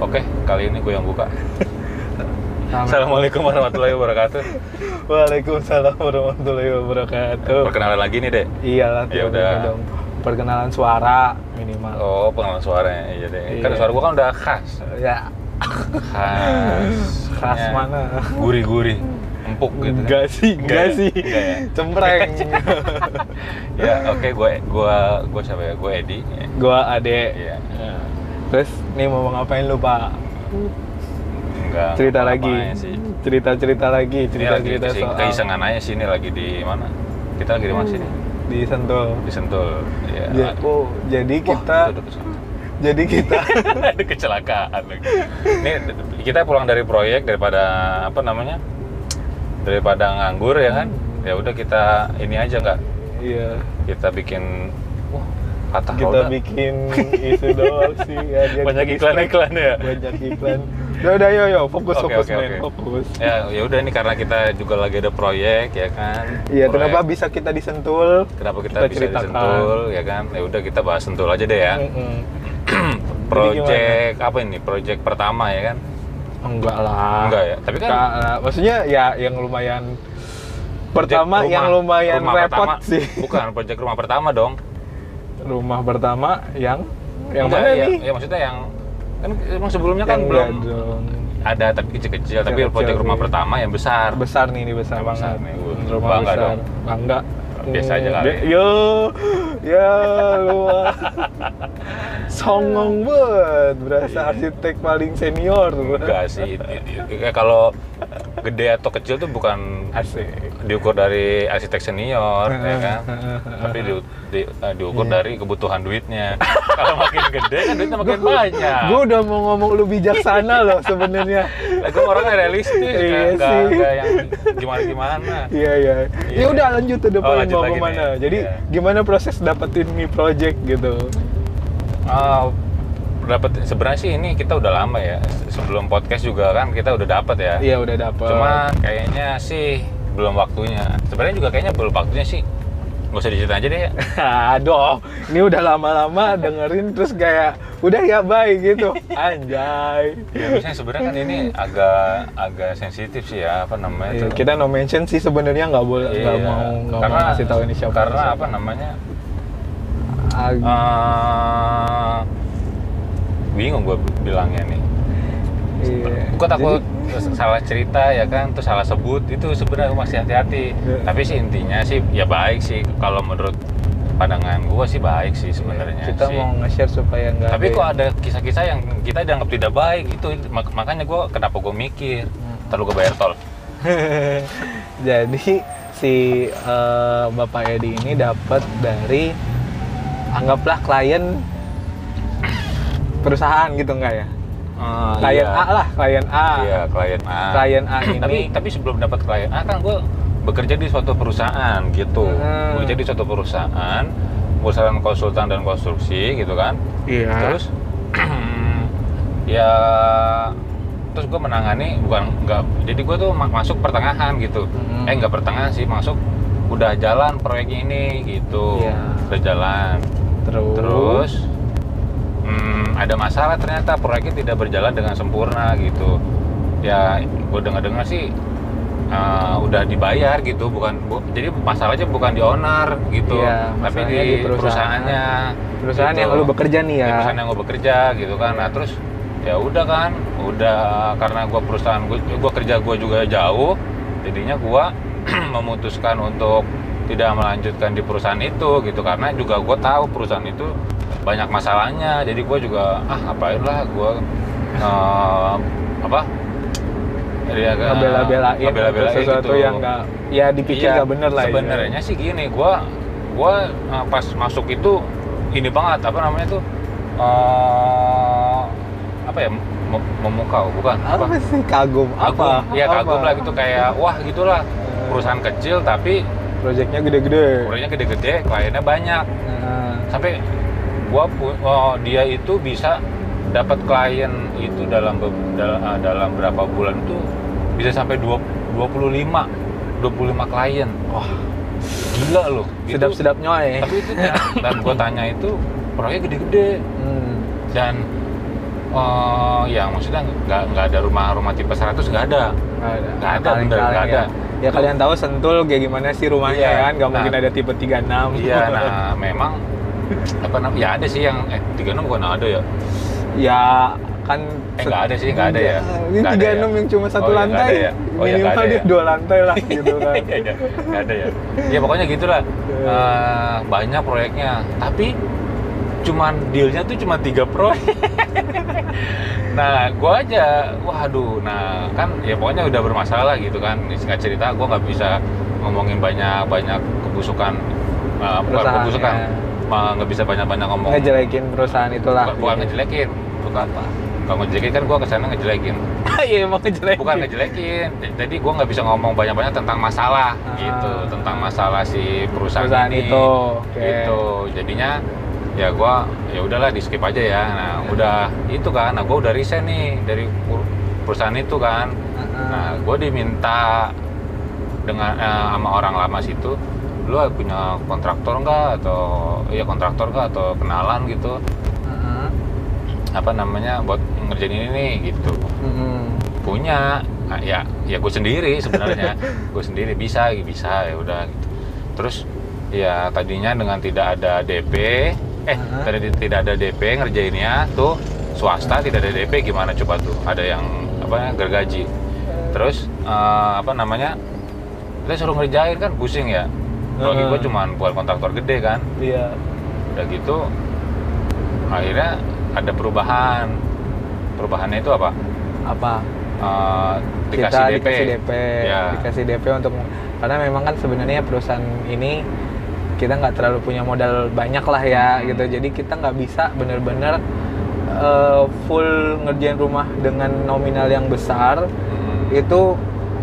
Oke, kali ini gue yang buka. Assalamualaikum warahmatullahi wabarakatuh. Waalaikumsalam warahmatullahi wabarakatuh. Perkenalan lagi nih, Dek. Iyalah, Ya udah. dong. Perkenalan suara minimal. Oh, pengenalan suaranya. Iya deh. Iya. Kan suara gue kan udah khas. Ya, khas Ya, mana? Gurih-gurih, empuk gitu. Enggak sih, enggak ya? sih. Enggak ya? Cempreng. Ya, oke, gue siapa ya? Gue Edi. Gua Ade. Iya. Ya. Terus nih mau ngapain lu, Pak? Enggak. Cerita apa-apanya lagi. Sih. Cerita lagi. Ini lagi Cerita soal keisengan aja sih, ini lagi di mana? Kita lagi di mana sih? di Sentul. Di Sentul. Iya. Ya, oh, jadi kita ada kecelakaan lagi. Ini kita pulang dari proyek daripada daripada nganggur ya kan. Ya udah kita ini aja nggak. iya. Kita bikin patah Kita roda. bikin isu doang sih ya, Banyak iklan-iklan ya. Banyak iklan. Udah yo fokus Oke, men, oke. fokus. Ya udah ini karena kita juga lagi ada proyek ya kan. Iya, Proyek. kenapa bisa kita disentul? Kenapa kita bisa ceritakan. disentul ya kan? Ya udah kita bahas Sentul aja deh ya. Project apa ini? Project pertama ya kan? Enggak lah. Enggak ya. Tapi kan maksudnya ya yang lumayan pertama project yang lumayan rumah repot pertama. sih. Bukan project rumah pertama dong. Rumah pertama yang Enggak, mana ya, nih? ya maksudnya yang kan emang sebelumnya kan Yang belum enggak dong. ada tapi kecil-kecil, tapi Kecil-kecil project rumah sih. pertama yang besar. Besar nih, ini besar Yang banget. besar nih, Rumah bangga besar. dong. Bangga. Biasa aja kali. Yo, ya lu songong banget, berasa Iya. arsitek paling senior. Enggak sih. Kayak kalau gede atau kecil tuh bukan Asik. diukur dari arsitek senior ya kan, tapi diukur dari kebutuhan duitnya. Kalau makin gede kan duitnya makin banyak. Gue udah mau ngomong lu bijaksana loh sebenarnya. Gue orangnya realistis, Iya nggak sih. yang gimana-gimana. Iya. Iya. Ya udah lanjut ke depan, Lanjut mau lagi kemana? nih. Jadi Iya. gimana proses dapetin nih project gitu? Dapat sebenarnya sih ini kita udah lama ya, sebelum podcast juga kan kita udah dapat ya. Iya udah dapet. Cuma kayaknya sih belum waktunya. Sebenarnya juga kayaknya belum waktunya sih. Nggak usah diceritain aja deh ya. Aduh, ini udah lama-lama dengerin terus kayak udah ya bye gitu. Anjay. Ya biasanya sebenarnya kan ini agak sensitif sih ya, apa namanya Iya, itu. kita no mention sih sebenarnya nggak boleh, nggak Iya, mau karena ngasih tahu ini siapa. Karena apa namanya? Bingung gue bilangnya nih. Iya. Gue takut salah cerita ya kan, terus salah sebut, itu sebenarnya masih hati-hati. Iya. Tapi sih intinya sih ya baik sih, kalau menurut pandangan gue sih baik sih sebenarnya. Kita sih. mau nge-share supaya nggak. Tapi kok ada kisah-kisah yang kita dianggap tidak baik itu, makanya gue kenapa gue mikir, terlalu gue bayar tol. Jadi si Bapak Edi ini dapat dari anggaplah klien perusahaan gitu nggak ya? Klien Iya. A lah, klien A. Iya, klien A. Klien A ini. tapi sebelum dapat klien A kan gue bekerja di suatu perusahaan gitu. Bekerja di suatu perusahaan konsultan dan konstruksi gitu kan. Iya. Terus ya terus gue menangani jadi gue tuh masuk pertengahan gitu. Nggak pertengahan sih, masuk udah jalan proyek ini gitu. Iya. Udah jalan. Terus ada masalah, ternyata proyeknya tidak berjalan dengan sempurna gitu. Ya gue dengar sih udah dibayar gitu, jadi masalahnya bukan di owner gitu, Iya, tapi masalahnya di di perusahaannya. Perusahaan gitu. yang lu bekerja nih ya. Di perusahaan yang gue bekerja gitu kan. Nah terus ya udah kan, karena gue kerja gue juga jauh, jadinya gue memutuskan untuk tidak melanjutkan di perusahaan itu gitu, karena juga gue tahu perusahaan itu banyak masalahnya. Jadi gue juga ngapain lah gue ngebela-belain sesuatu gitu. yang nggak ya dipikir nggak bener lah. Sebenarnya sih gini, gue pas masuk itu ini banget apa ya, memukau bukan Apa sih kagum? Apa? ya kagum lah gitu, kayak wah gitulah, perusahaan kecil tapi Proyeknya gede-gede. proyeknya gede-gede, kliennya banyak. Sampai dia itu bisa dapat klien itu dalam berapa bulan tuh bisa sampai 25 klien. Wah, Gila loh. sedap-sedap nyoy. Tapi itu dan gue tanya itu proyeknya gede-gede dan Ya maksudnya nggak ada rumah tipe 100, nggak ada. Nggak ada, bener nggak ada. Ya kalian tahu Sentul kayak gimana sih rumahnya Iya, kan, nggak mungkin ada tipe 36. Iya, nah memang apa namanya? Ya ada sih yang 36 bukan ada ya? Ya kan Nggak ada sih, nggak ada ya. Ini Nggak ada 36 ya? yang cuma satu Oh, ya, nggak lantai. ada ya? Oh, ya, Minimal nggak ada dia ya? 2 lantai lah gitu kan. Iya, nggak ada ya. Ya pokoknya gitulah. Banyak proyeknya, tapi cuman dealnya tuh cuma 3 proyek. Nah, gua aja, waduh, nah kan ya pokoknya udah bermasalah gitu kan. Singkat cerita, gua nggak bisa ngomongin banyak kebusukan, bukan Perusahaan, kebusukan, ya. nggak bisa banyak ngomong. Ngejelekin perusahaan itulah. Bukan ngejelekin, bukan apa. Kalau ngejelekin kan gua kesana ngejelekin. Iya, emang ngejelekin. Bukan ngejelekin, jadi gua nggak bisa ngomong banyak tentang masalah gitu, tentang masalah si perusahaan ini. itu. Oke. Gitu, jadinya ya gua ya udahlah di skip aja ya. Nah udah itu kan, nah gua udah resign nih dari perusahaan itu kan. Nah gua diminta dengan sama orang lama situ, lu punya kontraktor nggak atau kenalan gitu, apa namanya buat ngerjain ini nih gitu. Punya. Nah, ya gue sendiri sebenarnya. Gue sendiri bisa ya udah gitu. Terus ya tadinya dengan tidak ada DP tidak ada DP ngerjainnya tuh swasta, tidak ada DP, gimana coba tuh, ada yang gergaji. Terus apa namanya, kita suruh ngerjain kan pusing ya. Bagi gue cuman buat kontraktor gede kan. Iya. Udah gitu akhirnya ada perubahannya itu apa dikasih DP. Ya. Dikasih DP untuk, karena memang kan sebenarnya perusahaan ini kita nggak terlalu punya modal banyak lah ya gitu, jadi kita nggak bisa bener-bener full ngerjain rumah dengan nominal yang besar. Itu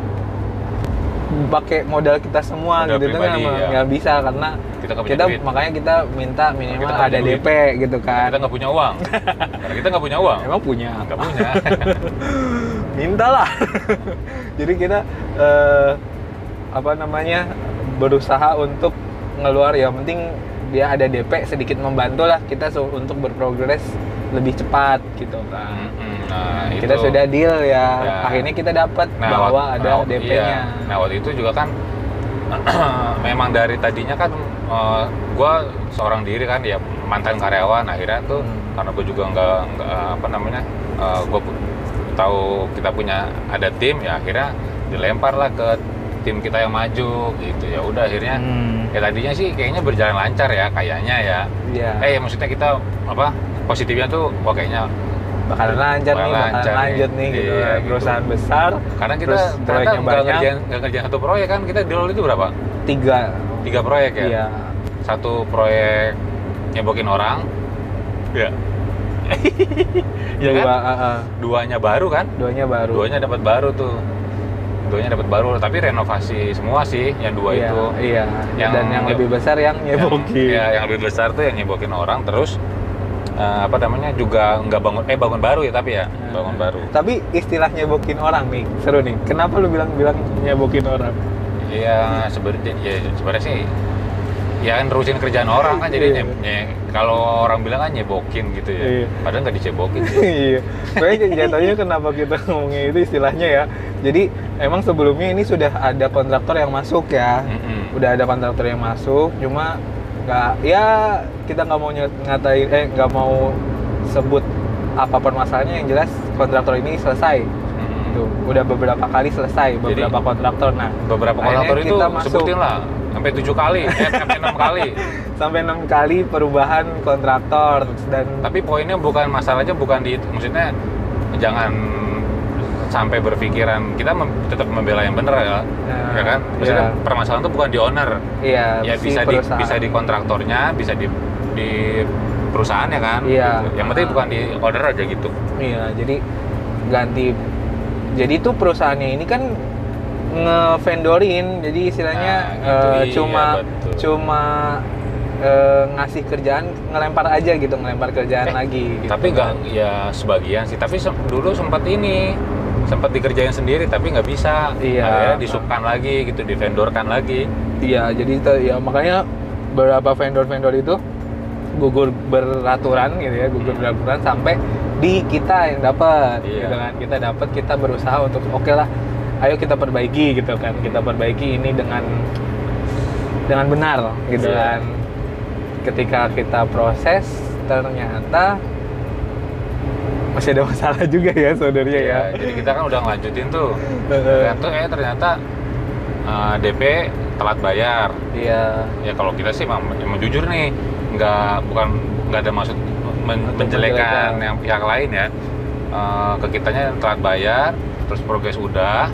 pakai modal kita semua modal gitu kan, nggak bisa karena kita makanya kita minta minimal ada DP gitu kan. Kita nggak punya uang. Karena kita nggak punya uang. Emang punya? Nggak punya. Mintalah. Jadi kita berusaha untuk ngeluar, ya penting dia ada DP sedikit membantu lah kita untuk berprogres lebih cepat gitu kan. Nah, kita itu sudah deal ya. Akhirnya kita dapat bahwa ada DP-nya. Iya. Nah waktu itu juga kan memang dari tadinya kan gue seorang diri kan ya, mantan karyawan. Akhirnya tuh karena gue juga nggak gue tahu kita punya ada tim, ya akhirnya dilempar lah ke tim kita yang maju gitu. Ya udah akhirnya ya tadinya sih kayaknya berjalan lancar ya kayaknya ya. Iya. Maksudnya kita positifnya tuh kayaknya bakalan lancar lanjut nih gitu. Iya, perusahaan besar. Karena kita ternyata nggak ngerjain satu proyek kan. Kita dulu itu berapa? 3 proyek ya. Iya. Satu proyek nyebokin orang. Ya. Ya kan? Duanya baru kan? Duanya dapat baru tuh. Tapi renovasi semua sih yang 2 itu. Iya. Dan yang lebih besar yang nyebokin. Yang lebih besar tuh yang nyebokin orang, terus juga nggak bangun baru ya, tapi ya bangun baru. Tapi istilah nyebokin orang nih seru nih. Kenapa lu bilang nyebokin orang? Iya, sebenarnya sih ya kan nerusin kerjaan orang kan, jadi kalau orang bilang kan nyebokin gitu ya. Iya. Padahal nggak dicebokin sih. Iya. Makanya jatuhnya kenapa kita ngomongin itu istilahnya ya. Jadi emang sebelumnya ini sudah ada kontraktor yang masuk ya. Udah ada kontraktor yang masuk, cuma kita nggak mau nggak mau sebut apa permasalahannya, yang jelas kontraktor ini selesai. Tuh, udah beberapa kali selesai beberapa kontraktor. Nah, beberapa kontraktor itu sebutin lah sampai 7 kali, sampai 6 kali. Sampai 6 kali perubahan kontraktor. Dan tapi poinnya masalahnya bukan di itu, maksudnya jangan sampai berpikiran kita tetap membela yang benar ya kan? Maksudnya permasalahan itu bukan di owner. Iya. Ya bisa di kontraktornya, bisa di perusahaannya kan. Iya. Gitu. Yang penting bukan di owner aja gitu. Iya. Jadi tuh perusahaannya ini kan ngevendorin, jadi istilahnya cuma ngasih kerjaan, ngelempar kerjaan lagi gitu. Tapi nggak ya sebagian sih, tapi dulu sempat dikerjain sendiri tapi nggak bisa. Iya. Disubkan lagi gitu, divendorkan lagi. Iya, jadi makanya beberapa vendor itu gugur beraturan gitu ya, gugur beraturan sampai di kita yang dapat Iya. gitu kan. Kita dapat, kita berusaha untuk oke lah, ayo kita perbaiki gitu kan. Kita perbaiki ini dengan benar gitu Iya. kan. Ketika kita proses ternyata masih ada masalah juga ya saudaranya Iya, ya. jadi kita kan udah ngelanjutin tuh. Ternyata DP telat bayar. Iya. Ya kalau kita sih emang jujur nih, nggak ada maksud menjelekan yang pihak lain ya. Ke kitanya telat bayar, terus progres udah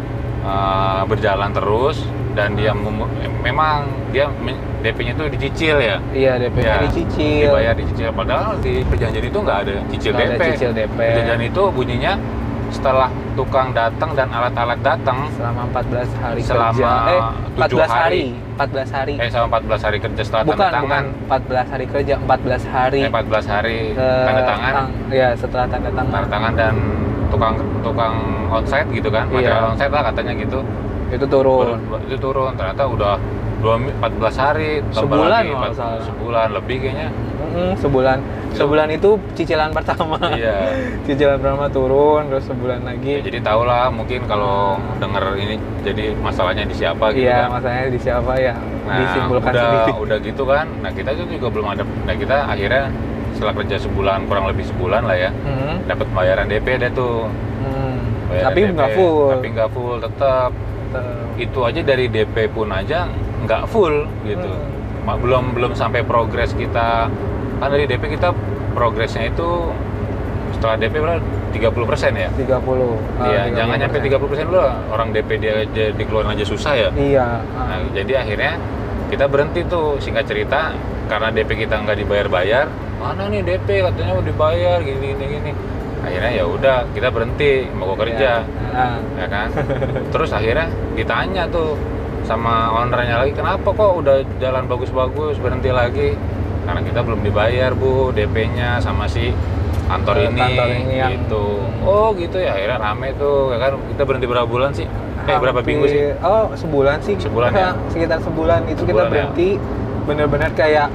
berjalan terus, dan dia memang dia DP-nya itu dicicil ya. Iya, DP-nya Ya, dicicil. dibayar dicicil, padahal di perjanjian itu nggak ada cicil Nggak DP. ada cicil DP. Perjanjian itu bunyinya setelah tukang datang dan alat-alat datang Selama 14 hari Selama kerja. 7 14 hari. hari. 14 hari. selama 14 hari kerja setelah bukan, tanda tangan. 14 hari kerja, 14 hari. 14 hari tanda tangan, Ya, setelah tanda tangan. tanda tangan dan tukang onsite gitu kan, material Iya. onsite lah katanya gitu. Itu turun. Itu turun, ternyata udah 14 hari, tambah Sebulan lagi, kalau nggak salah. sebulan lebih kayaknya. Sebulan. Sebulan itu cicilan pertama. Iya. Cicilan pertama turun, terus sebulan Ya, lagi. jadi tau lah mungkin kalau denger ini, jadi masalahnya di siapa gitu Iya, kan. masalahnya di siapa ya? Nah, Disimpulkan sendiri. udah gitu kan. Nah, kita itu juga belum ada. Nah, kita akhirnya setelah kerja sebulan, kurang lebih sebulan lah ya, dapat bayaran DP deh tuh. Bayaran Tapi DP, nggak full. Tapi nggak full tetap. Itu aja dari DP pun aja nggak full gitu. Belum sampai progres kita. Kan dari DP kita progresnya itu setelah DP berapa? 30% ya? 30. Iya, jangan nyampe 30% dulu lah. Orang DP dia dikeluarin aja susah ya. Iya. Nah, jadi akhirnya kita berhenti tuh, singkat cerita, karena DP kita nggak dibayar-bayar. Mana nih DP katanya mau dibayar gini. Akhirnya ya udah, kita berhenti, mau kerja, ya kan. Terus akhirnya ditanya tuh sama ownernya lagi, kenapa kok udah jalan bagus-bagus berhenti lagi? Karena kita belum dibayar Bu DP-nya sama si kantor ini yang gitu. Oh gitu ya, akhirnya rame tuh, ya kan. Kita berhenti berapa bulan sih? Berapa minggu sih? Oh, sebulan sih. Sebulan ya? Sekitar sebulan itu kita Sebulan ya? berhenti. Bener-bener kayak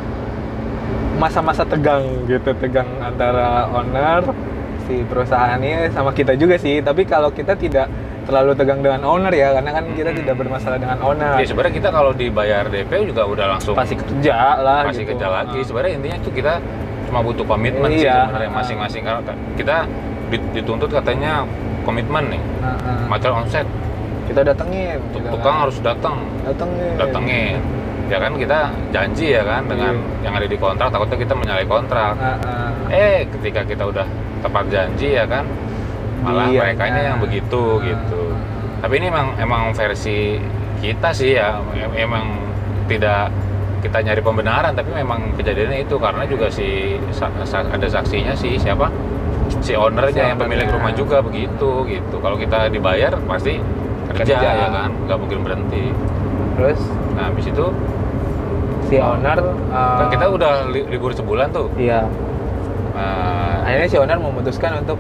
masa-masa tegang gitu, tegang antara owner si perusahaannya sama kita juga sih. Tapi kalau kita tidak terlalu tegang dengan owner ya, karena kan kita tidak bermasalah dengan owner. Ya sebenarnya kita kalau dibayar DP juga udah langsung Pasti kerja lah. masih gitu. kerja lagi. Sebenarnya intinya tuh kita cuma butuh komitmen sih Iya. sebenarnya masing-masing. Karena kita dituntut katanya komitmen nih, material onsite. Kita datengin. Tukang harus datengin. Ya kan kita janji ya kan dengan yang ada di kontrak, takutnya kita menyalahi kontrak. Ketika kita udah tepat janji ya kan, malah mereka yang begitu gitu. Tapi ini emang versi kita sih ya, emang tidak kita nyari pembenaran, tapi memang kejadiannya itu karena juga ada saksinya si siapa, si ownernya yang pemilik rumah juga begitu gitu. Kalau kita dibayar pasti kerja ya kan, nggak mungkin berhenti. Terus nah habis itu si owner kan kita udah libur sebulan tuh. Iya. Akhirnya si owner memutuskan untuk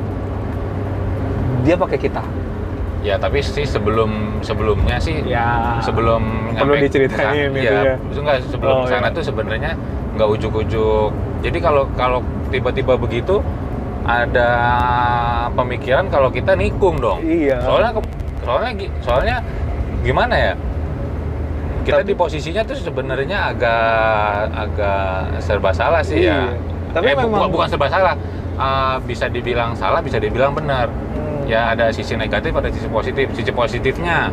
dia pakai kita. Ya tapi sih sebelumnya sih Ya. sebelum Perlu nyampe diceritain itu ya. Enggak, sebelum sana tuh sebenarnya nggak ujuk-ujuk. Jadi kalau tiba-tiba begitu ada pemikiran kalau kita nikung dong. Iya. Soalnya gimana ya? Kita di posisinya tuh sebenarnya agak serba salah sih ya. Tapi memang bukan serba salah. Bisa dibilang salah, bisa dibilang benar. Ya ada sisi negatif, ada sisi positif. Sisi positifnya,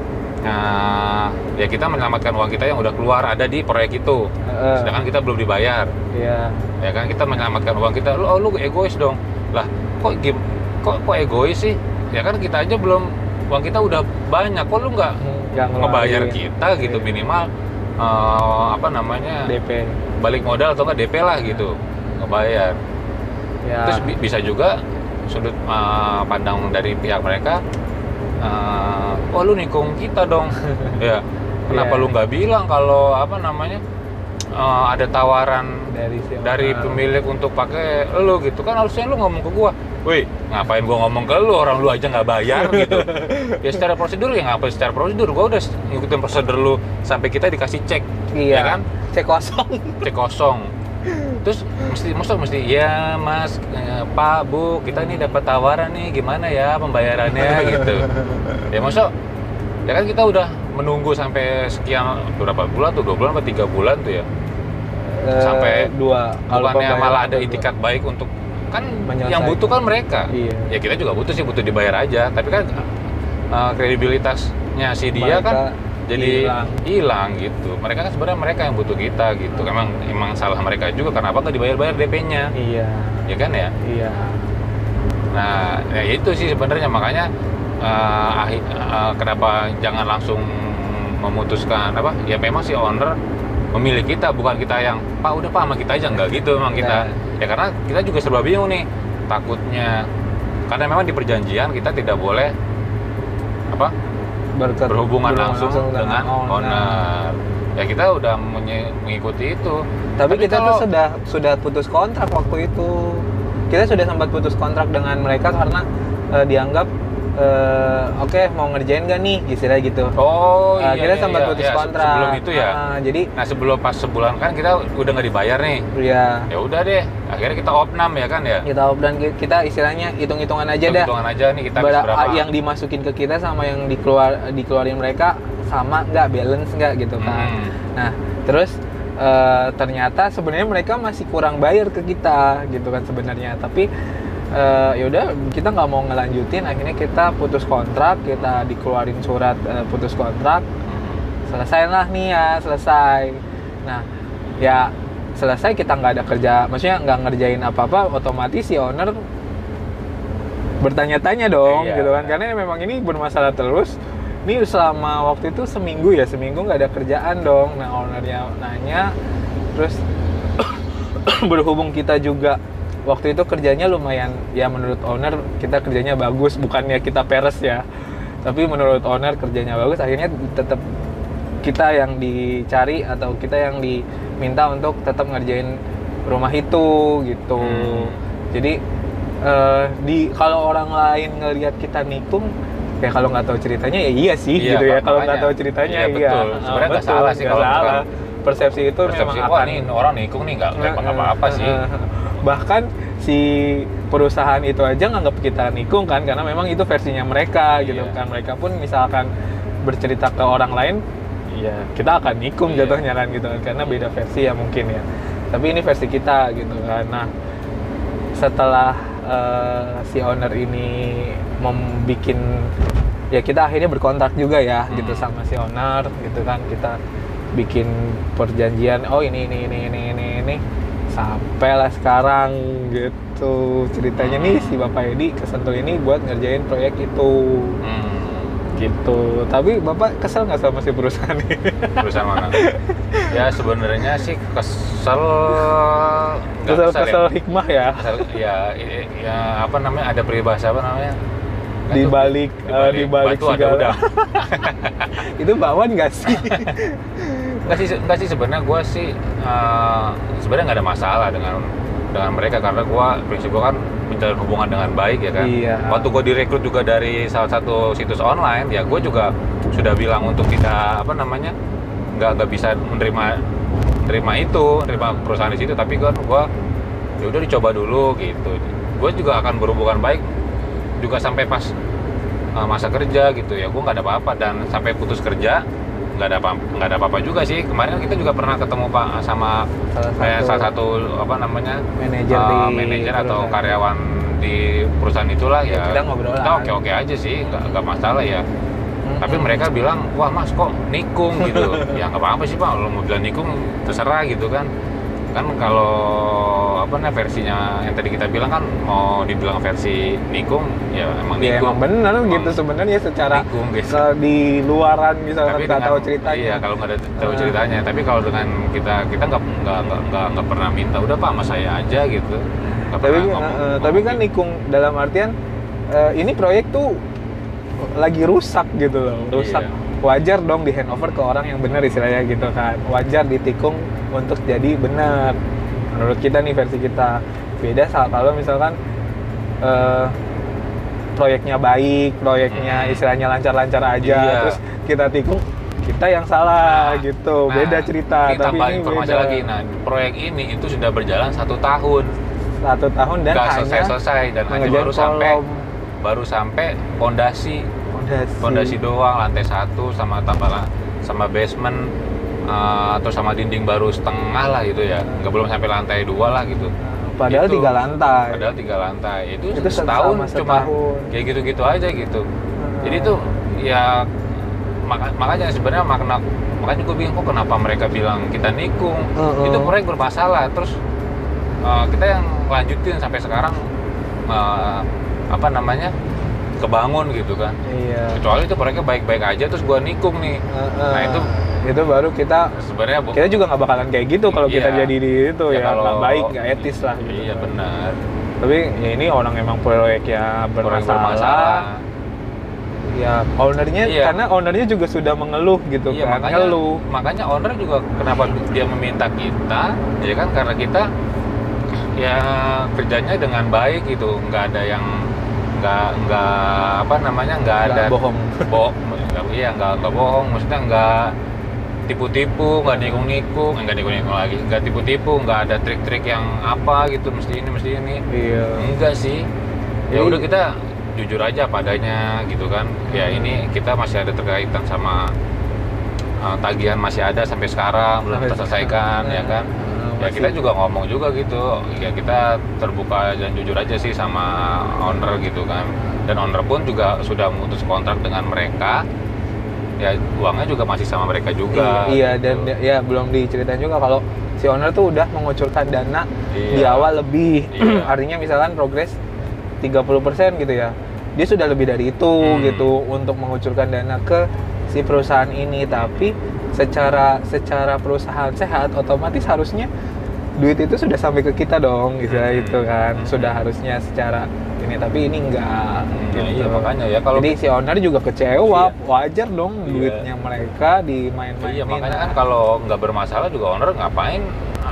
ya kita menyelamatkan uang kita yang udah keluar ada di proyek itu. Sedangkan kita belum dibayar. Iya. Ya kan kita menyelamatkan uang kita. Lu egois dong. Lah, kok egois sih? Ya kan kita aja belum, uang kita udah banyak. Kok lu nggak ngebayar kita gitu minimal DP. Balik modal atau nggak DP lah gitu. Ngebayar. Ya. Terus bisa juga sudut pandang dari pihak mereka, oh lu nikung kita dong. Ya kenapa lu nggak bilang kalau ada tawaran dari pemilik untuk pakai lu gitu kan, harusnya lu ngomong ke gua. Woi, ngapain gua ngomong ke lu, orang lu aja nggak bayar gitu. Ya secara prosedur ya ngapain secara prosedur, gua udah ngikutin prosedur lu sampai kita dikasih cek. Iya Ya kan, cek kosong. cek kosong. Terus mesti ya Mas, Pak, Bu, kita nih dapat tawaran nih, gimana ya pembayarannya gitu. Ya maksud, ya kan kita udah menunggu sampai sekian berapa bulan tuh, 2 bulan atau 3 bulan tuh ya. Sampai 2. Bukannya malah ada itikat baik untuk kan yang butuh kan mereka. Iya. Ya kita juga butuh sih, butuh dibayar aja. Tapi kan kredibilitasnya si dia Mereka kan jadi hilang gitu. Mereka kan sebenarnya mereka yang butuh kita gitu. Emang salah mereka juga, kenapa nggak dibayar-bayar DP-nya? Iya. Ya kan ya? Iya. Nah, ya itu sih sebenarnya, makanya kenapa jangan langsung memutuskan apa? Ya memang si owner memilih kita, bukan kita yang Pak udah Pak sama kita aja, enggak gitu memang kita. Ya karena kita juga serba bingung nih, takutnya karena memang di perjanjian kita tidak boleh apa? Berhubungan langsung dengan owner. Ya kita udah mengikuti itu. Tapi kita tuh sudah putus kontrak waktu itu. Kita sudah sempat putus kontrak dengan mereka karena dianggap oke, mau ngerjain gak nih, istilah gitu. Oh iya. Kita sempat putus kontrak. Sebelum itu ya. Jadi. Nah sebelum pas sebulan kan kita udah nggak dibayar nih. Iya. Ya udah deh. Akhirnya kita opnam ya kan ya. Kita opnam, kita istilahnya hitung-hitungan aja dah. Hitungan aja nih kita berapa. Yang dimasukin ke kita sama yang dikeluarin mereka sama nggak, balance nggak gitu kan. Nah terus ternyata sebenarnya mereka masih kurang bayar ke kita gitu kan sebenarnya. Tapi ya udah kita nggak mau ngelanjutin, akhirnya kita putus kontrak, kita dikeluarin surat putus kontrak. Selesailah nih ya, selesai. Nah ya selesai, kita nggak ada kerja, maksudnya nggak ngerjain apa-apa, otomatis si owner bertanya-tanya dong gitu kan, karena memang ini bermasalah terus. Ini selama waktu itu seminggu nggak ada kerjaan dong. Nah ownernya nanya, terus berhubung kita juga waktu itu kerjanya lumayan, ya menurut owner kita kerjanya bagus, bukannya kita peres ya, tapi menurut owner kerjanya bagus, akhirnya tetap kita yang dicari atau kita yang diminta untuk tetap ngerjain rumah itu gitu. Jadi kalau orang lain ngelihat kita nikung, ya kalau nggak tahu ceritanya ya iya sih gitu ya. Kalau nggak tahu ceritanya iya. Betul. Sebenarnya nggak salah sih kalau salah. Persepsi itu memang akan nih orang nikung nih nggak apa-apa sih. Bahkan si perusahaan itu aja nganggap kita nikung kan, karena memang itu versinya mereka gitu kan. Mereka pun misalkan bercerita ke orang lain, ya kita akan nikung jatuhnya kan gitu kan, karena beda versi ya mungkin ya. Tapi ini versi kita gitu kan. Nah setelah si owner ini membikin, ya kita akhirnya berkontrak juga ya gitu sama si owner gitu kan. Kita bikin perjanjian, oh ini sampailah sekarang gitu ceritanya nih, si Bapak Edi ke Sentul ini buat ngerjain proyek itu. Gitu. Tapi Bapak kesel nggak sama si perusahaan ini? Perusahaan mana? Ya sebenarnya sih kesel hikmah ya. Ya apa namanya, ada peribahasa apa namanya? Di balik segala. Itu bawaan nggak sih? Enggak sih sebenarnya gue sih sebenarnya nggak ada masalah dengan mereka, karena prinsip gue kan menjalin hubungan dengan baik ya kan. Iya. Waktu gue direkrut juga dari salah satu situs online, ya gue juga sudah bilang untuk tidak nggak bisa menerima perusahaan di situ, tapi gue ya udah dicoba dulu gitu. Gue juga akan berhubungan baik juga sampai pas masa kerja gitu ya. Gue nggak ada apa-apa, dan sampai putus kerja nggak ada apa-apa juga sih. Kemarin kita juga pernah ketemu Pak sama salah satu apa namanya manajer atau karyawan di perusahaan itulah ya. Kita oke aja sih, nggak masalah ya. Tapi mereka bilang, wah Mas kok nikung gitu. Ya nggak apa-apa sih Pak, kalau mau bilang nikung terserah gitu kan. Kan kalau versinya yang tadi kita bilang kan mau dibilang versi nikung, ya emang nikung. Ya emang bener gitu sebenarnya secara nikung, di luaran misalkan nggak tahu ceritanya. Iya, kalau nggak tahu ceritanya. Tapi kalau dengan kita nggak pernah minta, udah Pak sama saya aja gitu. Tapi kan nikung dalam artian ini proyek tuh lagi rusak gitu loh, rusak. Iya. Wajar dong di handover ke orang yang benar istilahnya gitu kan. Wajar ditikung untuk jadi benar. Menurut kita nih, versi kita. Beda kalau misalkan proyeknya baik, proyeknya istilahnya lancar-lancar aja, terus kita tikung kita yang salah Nah, gitu. Beda cerita. Ini Tapi tambah ini informasi beda. lagi. Nah, proyek ini itu sudah berjalan 1 tahun, 1 tahun dan nggak hanya selesai dan hanya mengerjain baru sampai fondasi fondasi doang, lantai 1 sama sama basement, atau sama dinding baru setengah lah gitu ya, nggak belum sampai lantai 2 lah gitu. Padahal Itu- 3 lantai. Padahal 3 lantai. Itu selama setahun cuma setahun. kayak gitu-gitu aja gitu. Jadi tuh ya makanya sebenarnya makanya gue bingung kok kenapa mereka bilang kita nikung. Itu proyek bermasalah. Terus kita yang lanjutin sampai sekarang kebangun gitu kan. Iya. Kecuali itu proyeknya baik-baik aja terus gue nikung nih. Nah itu baru kita sebenarnya juga nggak bakalan kayak gitu kalau kita Iya. jadi di itu Ya, ya, kalau- nggak baik, nggak etis lah gitu. Iya benar. Tapi ya ini orang emang proyeknya Proyek bermasalah. Ya ownernya, Iya. karena ownernya juga sudah mengeluh gitu Iya, kan, ngeluh. makanya owner juga kenapa dia meminta kita, ya kan karena kita ya kerjanya dengan baik gitu, nggak ada yang nggak ada bohong. nggak bohong, maksudnya nggak tipu-tipu, nggak nikung-nikung, nggak tipu-tipu, nggak ada trik-trik yang apa gitu, mesti ini. Iya. Enggak sih, ya Jadi- udah kita jujur aja padanya gitu kan. Ya ini kita masih ada terkaitan sama tagihan masih ada sampai sekarang belum Sampai terselesaikan sekarang. ya kan. Ya Masih- kita juga ngomong juga gitu. Ya kita terbuka dan jujur aja sih sama owner gitu kan. Dan owner pun juga sudah memutus kontrak dengan mereka. Ya uangnya juga masih sama mereka juga. Iya, gitu. dan ya belum diceritain juga kalau si owner tuh udah mengucurkan dana di Iya. awal lebih. Iya. Artinya misalkan progres 30% gitu ya. Dia sudah lebih dari itu gitu untuk mengucurkan dana ke si perusahaan ini, tapi secara perusahaan sehat otomatis harusnya duit itu sudah sampai ke kita dong, itu kan. Sudah harusnya secara ini, tapi ini enggak gitu. Iya makanya ya kalau Jadi si owner juga kecewa, Iya. wajar dong Iya. duitnya mereka dimain-mainin. Iya makanya kan kalau nggak bermasalah juga owner ngapain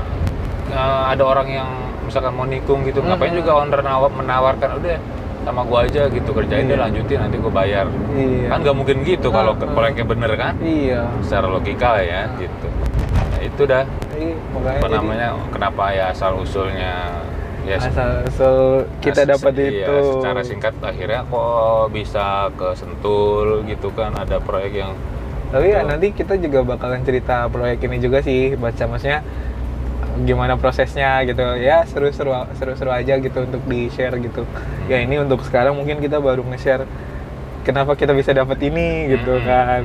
ada orang yang misalkan mau nikung gitu, ngapain juga owner menawarkan udah sama gua aja gitu, kerjain deh, Iya. lanjutin nanti gua bayar. Iya. Kan nggak mungkin gitu kalau proyeknya bener kan, Iya. secara logika ya gitu. Nah, itu dah Jadi, makanya apa jadi namanya kenapa ya asal usulnya ya asal kita dapat iya, itu. secara singkat akhirnya kok bisa ke Sentul gitu kan, ada proyek yang Tapi ya nanti kita juga bakalan cerita proyek ini juga sih, maksudnya gimana prosesnya gitu ya, seru-seru aja gitu untuk di share gitu. Ya ini untuk sekarang mungkin kita baru nge-share kenapa kita bisa dapat ini gitu kan.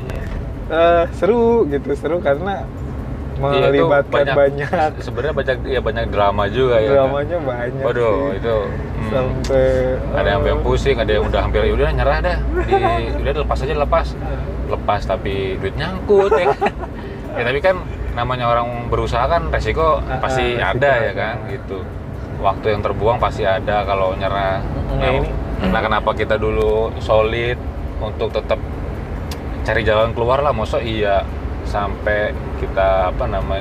Seru karena iya, itu melibatkan banyak sebenarnya banyak drama juga ya. dramanya banyak. Waduh sih. itu Sampai ada yang pusing, ada yang udah hampir udah nyerah dah, udah lepas tapi duit nyangkut ya. Ya tapi kan namanya orang berusaha kan resiko pasti resiko ada ya ada. kan gitu. Waktu yang terbuang pasti ada kalau nyerah. Nah kenapa kita dulu solid untuk tetap cari jalan keluar lah, masa iya sampai kita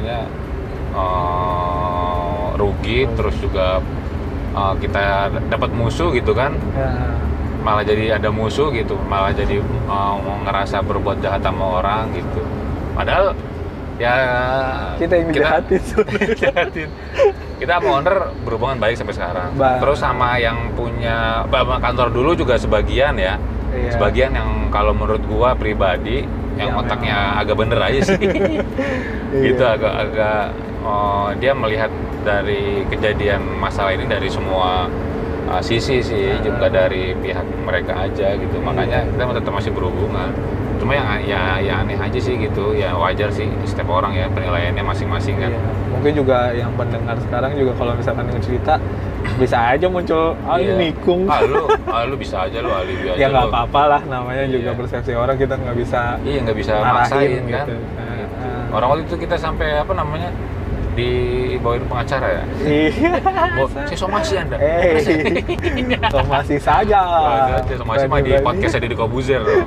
rugi terus juga kita dapat musuh gitu kan, malah jadi ada musuh gitu, malah jadi ngerasa berbuat jahat sama orang gitu, padahal ya kita yang dijahatin jahatin. Kita sama owner berhubungan baik sampai sekarang. Terus sama yang punya kantor dulu juga sebagian ya. Iya. Sebagian yang kalau menurut gua pribadi yang otaknya agak bener aja sih. Gitu agak dia melihat dari kejadian masalah ini dari semua sisi sih, juga dari pihak mereka aja gitu. Makanya kita tetap masih berhubungan. Cuma yang aneh aja sih gitu, ya wajar sih setiap orang ya penilaiannya masing-masing kan. Iya. Mungkin juga yang pendengar sekarang juga kalau misalkan yang cerita bisa aja muncul Iya. nikung. Lu bisa aja lu alibi aja. Ya nggak lu. apa-apa lah, namanya Iya. juga persepsi orang, kita nggak bisa. Iya nggak bisa marahin maksain kan. gitu. Gitu. Orang waktu itu kita sampai dibawain pengacara ya. Iya. Saya somasi Anda. Somasi saja. Somasi mah di podcastnya Deddy Kobuzer loh.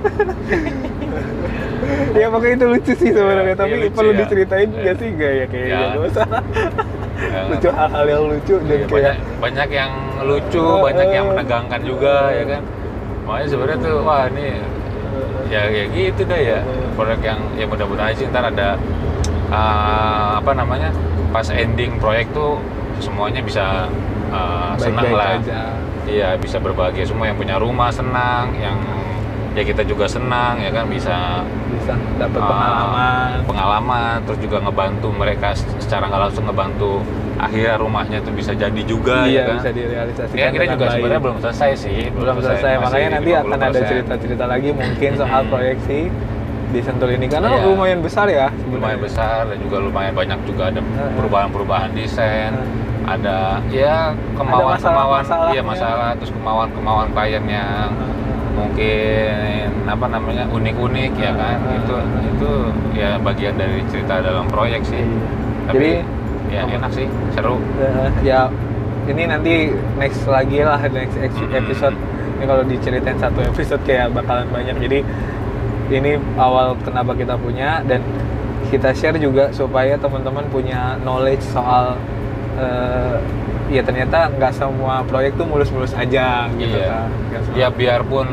Ya makanya itu lucu sih sebenarnya, tapi lucu perlu ya. diceritain nggak sih? Nggak ya kayaknya Ya. nggak usah. Ya, Lucu, hal-hal yang lucu dan iya, kayak banyak yang lucu, banyak yang menegangkan juga ya kan. Makanya sebenarnya tuh wah ini ya gitu deh ya. Proyek yang ya mudah-mudahan sih ntar ada apa namanya, pas ending proyek tuh semuanya bisa senang Baik-baik lah. aja. Iya, bisa berbahagia semua, yang punya rumah senang, yang ya kita juga senang ya kan, bisa Dapat pengalaman, terus juga ngebantu mereka secara nggak langsung, ngebantu akhirnya rumahnya tuh bisa jadi juga iya, ya kan. bisa direalisasikan. Ya, kita dengan juga baik. sebenarnya belum selesai sih, Belum selesai, masih makanya nanti akan ada 50%. cerita-cerita lagi mungkin soal proyeksi di Sentul ini karena Iya. lumayan besar ya Lumayan sebenarnya. besar dan juga lumayan banyak juga ada perubahan-perubahan desain, ada ya kemauan-kemauan, iya masalah, terus kemauan-kemauan klien yang mungkin apa namanya unik-unik ya kan, itu ya bagian dari cerita dalam proyek sih. Tapi Jadi ya enak sih, seru. ya ini nanti next lagi lah, next episode. Ini kalau diceritain satu episode kayak bakalan banyak. Jadi ini awal kenapa kita punya, dan kita share juga supaya teman-teman punya knowledge soal ya ternyata nggak semua proyek tuh mulus-mulus aja gitu Iya. kan. Nggak semua. Ya biarpun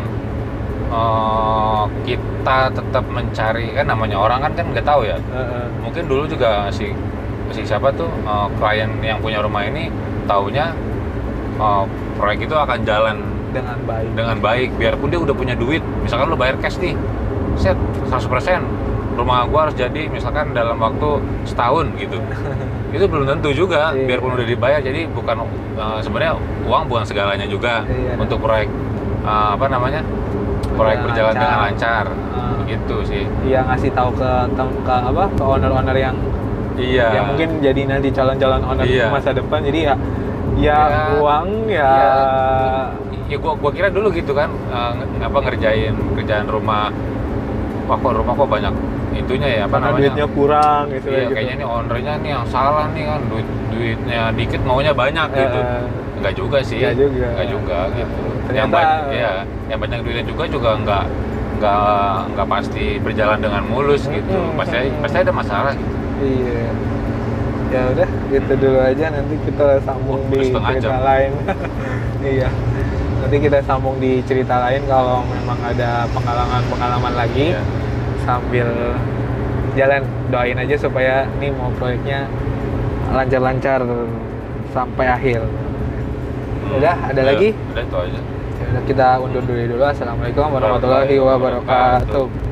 kita tetap mencari, kan namanya orang kan nggak tahu ya. Mungkin dulu juga si siapa tuh klien yang punya rumah ini taunya proyek itu akan jalan dengan baik. biarpun dia udah punya duit. Misalkan lo bayar cash nih, set 100%, rumah gua harus jadi misalkan dalam waktu setahun gitu. Itu belum tentu juga, Iya. biarpun udah dibayar. Jadi bukan sebenarnya uang bukan segalanya juga. Iya. Untuk proyek apa namanya, proyek berjalan dengan lancar, gitu sih. Iya, ngasih tahu ke owner-owner yang Iya. yang mungkin jadi nanti calon-calon owner Iya. masa depan. Jadi ya Ya, uang ya, ya gua kira dulu gitu kan, ngerjain kerjaan rumah, wah kok rumah kok banyak itunya ya, apa karena namanya, duitnya kurang gitu. iya, kayaknya nih ownernya nih yang salah nih kan, duitnya dikit maunya banyak gitu. Enggak juga sih, Enggak juga. gitu. Ternyata yang banyak duitnya juga nggak pasti berjalan dengan mulus gitu. Pasti ada masalah gitu. Iya. Ya udah, gitu dulu aja, nanti kita sambung Udah di setengah cerita jam. lain. Iya. Nanti kita sambung di cerita lain kalau memang ada pengalaman lagi. Iya. Sambil jalan, doain aja supaya nih mau proyeknya lancar-lancar sampai akhir. Udah, ada lagi? Udah itu aja. Ya udah, kita undur dulu. Assalamualaikum warahmatullahi wabarakatuh.